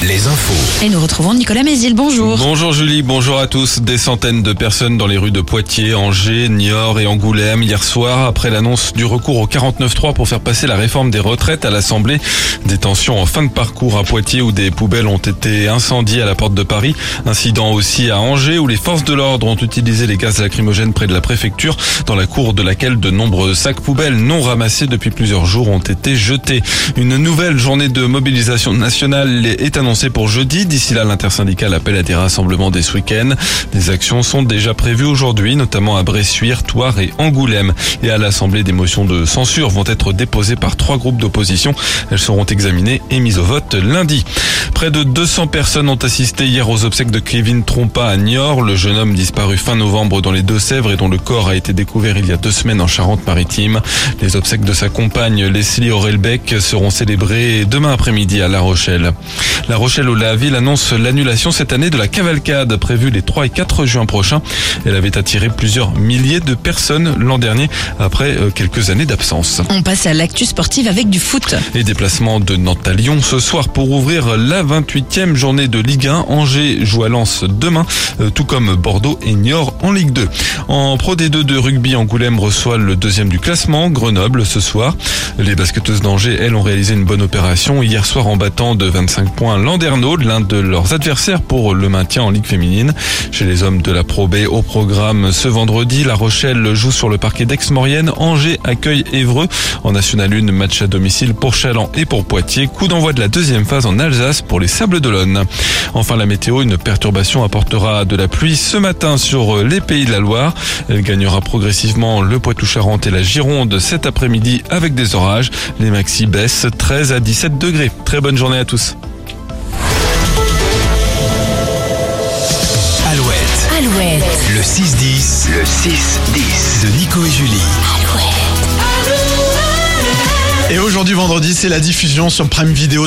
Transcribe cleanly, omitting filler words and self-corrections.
les infos. Et nous retrouvons Nicolas Mézil, bonjour. Bonjour Julie, bonjour à tous. Des centaines de personnes dans les rues de Poitiers, Angers, Niort et Angoulême hier soir après l'annonce du recours au 49.3 pour faire passer la réforme des retraites à l'Assemblée. Des tensions en fin de parcours à Poitiers où des poubelles ont été incendiées à la porte de Paris. Incident aussi à Angers où les forces de l'ordre ont utilisé les gaz lacrymogènes près de la préfecture, dans la cour de laquelle de nombreux sacs poubelles non ramassés depuis plusieurs jours ont été jetés. Une nouvelle journée de mobilisation nationale est annoncée pour jeudi. D'ici là, l'intersyndicale appelle à des rassemblements dès ce week-end. Des actions sont déjà prévues aujourd'hui, notamment à Bressuire, Thouars et Angoulême. Et à l'Assemblée, des motions de censure vont être déposées par 3 groupes d'opposition. Elles seront examinées et mises au vote lundi. Près de 200 personnes ont assisté hier aux obsèques de Kevin Trompa à Niort. Le jeune homme disparu fin novembre dans les Deux-Sèvres et dont le corps a été découvert il y a 2 semaines en Charente-Maritime. Les obsèques de sa compagne Leslie Aurelbeck seront célébrées demain après-midi à La Rochelle. La Rochelle où la ville annonce l'annulation cette année de la cavalcade prévue les 3 et 4 juin prochains. Elle avait attiré plusieurs milliers de personnes l'an dernier après quelques années d'absence. On passe à l'actu sportive avec du foot. Et déplacement de Nantes à Lyon ce soir pour ouvrir la 28e journée de Ligue 1. Angers joue à Lens demain, tout comme Bordeaux et Niort en Ligue 2. En Pro D2 de rugby, Angoulême reçoit le 2e du classement, Grenoble ce soir. Les basketteuses d'Angers, elles, ont réalisé une bonne opération hier soir en battant de 25 points Landerneau, l'un de leurs adversaires pour le maintien en Ligue féminine. Chez les hommes de la Pro B, au programme ce vendredi, La Rochelle joue sur le parquet d'Aix-Maurienne, Angers accueille Évreux. En National 1, match à domicile pour Challans et pour Poitiers. Coup d'envoi de la 2e phase en Alsace pour les Sables d'Olonne. Enfin, la météo, une perturbation apportera de la pluie ce matin sur les Pays de la Loire. Elle gagnera progressivement le Poitou-Charentes et la Gironde cet après-midi avec des orages. Les maxi baissent 13 à 17 degrés. Très bonne journée à tous. Alouette. Le 6-10. Le 6-10 de Nico et Julie. Et aujourd'hui vendredi, c'est la diffusion sur Prime Video